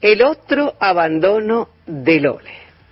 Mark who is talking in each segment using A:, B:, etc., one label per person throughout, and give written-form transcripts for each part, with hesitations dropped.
A: el otro abandono de Lole.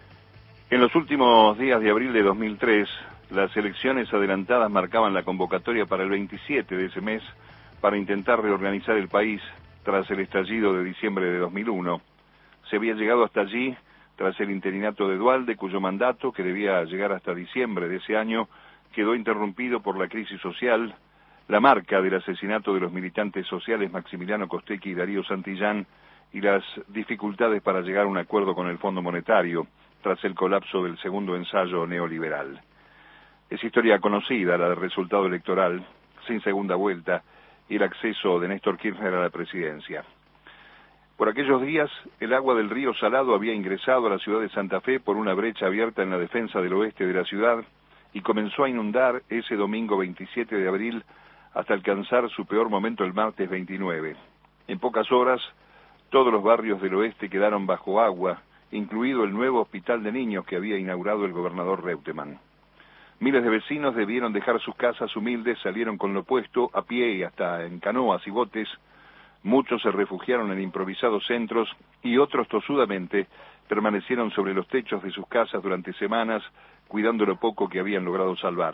B: En los últimos días de abril de 2003, las elecciones adelantadas marcaban la convocatoria para el 27 de ese mes para intentar reorganizar el país tras el estallido de diciembre de 2001. Se había llegado hasta allí tras el interinato de Duhalde, cuyo mandato, que debía llegar hasta diciembre de ese año, quedó interrumpido por la crisis social, la marca del asesinato de los militantes sociales Maximiliano Costecchi y Darío Santillán, y las dificultades para llegar a un acuerdo con el Fondo Monetario, tras el colapso del segundo ensayo neoliberal. Es historia conocida la del resultado electoral, sin segunda vuelta, y el acceso de Néstor Kirchner a la presidencia. Por aquellos días, el agua del río Salado había ingresado a la ciudad de Santa Fe por una brecha abierta en la defensa del oeste de la ciudad y comenzó a inundar ese domingo 27 de abril hasta alcanzar su peor momento el martes 29. En pocas horas, todos los barrios del oeste quedaron bajo agua, incluido el nuevo hospital de niños que había inaugurado el gobernador Reutemann. Miles de vecinos debieron dejar sus casas humildes, salieron con lo puesto, a pie y hasta en canoas y botes. Muchos se refugiaron en improvisados centros y otros tosudamente permanecieron sobre los techos de sus casas durante semanas, cuidando lo poco que habían logrado salvar.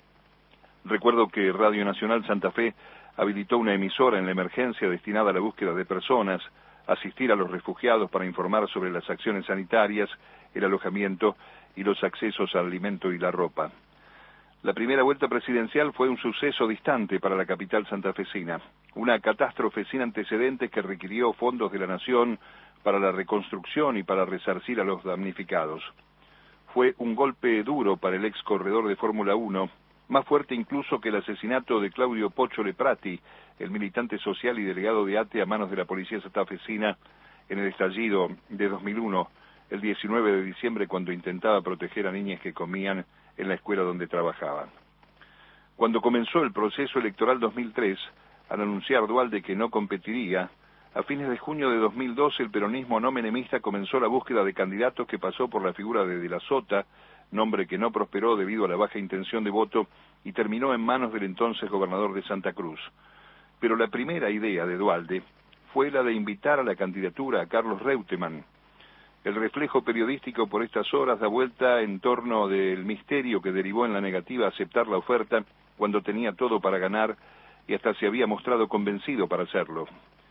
B: Recuerdo que Radio Nacional Santa Fe habilitó una emisora en la emergencia destinada a la búsqueda de personas, asistir a los refugiados para informar sobre las acciones sanitarias, el alojamiento y los accesos al alimento y la ropa. La primera vuelta presidencial fue un suceso distante para la capital santafesina, una catástrofe sin antecedentes que requirió fondos de la nación para la reconstrucción y para resarcir a los damnificados. Fue un golpe duro para el ex corredor de Fórmula 1, más fuerte incluso que el asesinato de Claudio Pocho Leprati, el militante social y delegado de ATE a manos de la policía santafesina en el estallido de 2001, el 19 de diciembre, cuando intentaba proteger a niñas que comían en la escuela donde trabajaban. Cuando comenzó el proceso electoral 2003, al anunciar Duhalde que no competiría, a fines de junio de 2012 el peronismo no menemista comenzó la búsqueda de candidatos que pasó por la figura de la Sota, nombre que no prosperó debido a la baja intención de voto y terminó en manos del entonces gobernador de Santa Cruz. Pero la primera idea de Duhalde fue la de invitar a la candidatura a Carlos Reutemann. El reflejo periodístico por estas horas da vuelta en torno del misterio que derivó en la negativa a aceptar la oferta cuando tenía todo para ganar y hasta se había mostrado convencido para hacerlo.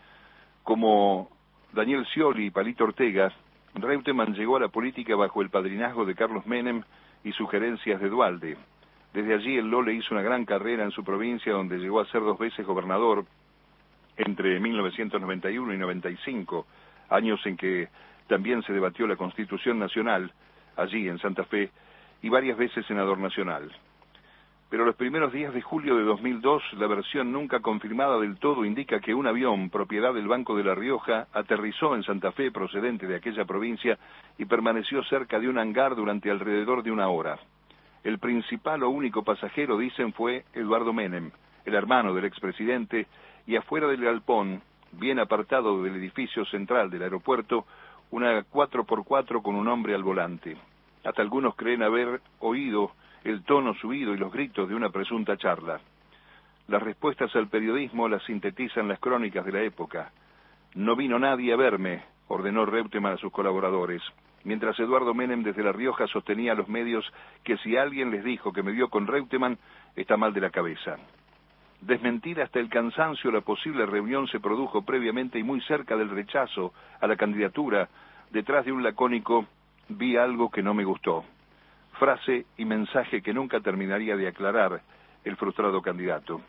B: Como Daniel Scioli y Palito Ortega, Reutemann llegó a la política bajo el padrinazgo de Carlos Menem y sugerencias de Duhalde. Desde allí el Lole hizo una gran carrera en su provincia, donde llegó a ser 2 veces gobernador entre 1991 y 95, años en que también se debatió la Constitución Nacional, allí en Santa Fe, y varias veces senador nacional. Pero los primeros días de julio de 2002, la versión nunca confirmada del todo indica que un avión, propiedad del Banco de La Rioja, aterrizó en Santa Fe procedente de aquella provincia y permaneció cerca de un hangar durante alrededor de 1 hora. El principal o único pasajero, dicen, fue Eduardo Menem, el hermano del expresidente, y afuera del galpón, bien apartado del edificio central del aeropuerto, una 4x4 con un hombre al volante. Hasta algunos creen haber oído el tono subido y los gritos de una presunta charla. Las respuestas al periodismo las sintetizan las crónicas de la época. No vino nadie a verme, ordenó Reutemann a sus colaboradores, mientras Eduardo Menem desde La Rioja sostenía a los medios que si alguien les dijo que me vio con Reutemann, está mal de la cabeza. Desmentir hasta el cansancio la posible reunión se produjo previamente y muy cerca del rechazo a la candidatura, detrás de un lacónico «vi algo que no me gustó», frase y mensaje que nunca terminaría de aclarar el frustrado candidato.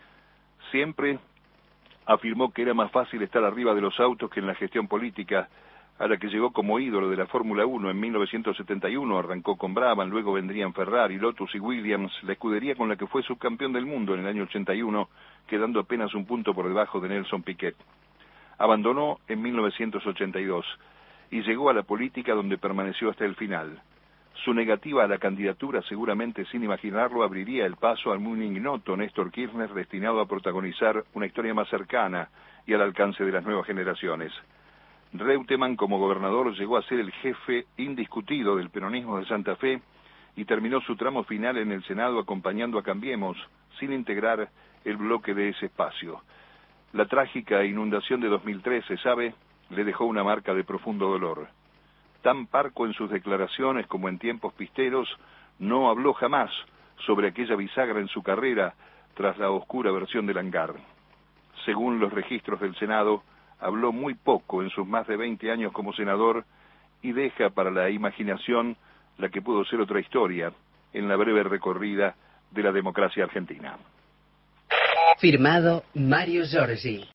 B: Siempre afirmó que era más fácil estar arriba de los autos que en la gestión política, a la que llegó como ídolo de la Fórmula 1 en 1971, arrancó con Brabham, luego vendrían Ferrari, Lotus y Williams, la escudería con la que fue subcampeón del mundo en el año 81, quedando apenas un punto por debajo de Nelson Piquet. Abandonó en 1982 y llegó a la política, donde permaneció hasta el final. Su negativa a la candidatura, seguramente sin imaginarlo, abriría el paso al muy ignoto Néstor Kirchner, destinado a protagonizar una historia más cercana y al alcance de las nuevas generaciones. Reutemann, como gobernador, llegó a ser el jefe indiscutido del peronismo de Santa Fe y terminó su tramo final en el Senado acompañando a Cambiemos, sin integrar el bloque de ese espacio. La trágica inundación de 2003, se sabe, le dejó una marca de profundo dolor. Tan parco en sus declaraciones como en tiempos pisteros, no habló jamás sobre aquella bisagra en su carrera tras la oscura versión del hangar. Según los registros del Senado, habló muy poco en sus más de 20 años como senador y deja para la imaginación la que pudo ser otra historia en la breve recorrida de la democracia argentina.
A: Firmado Mario Giorgi.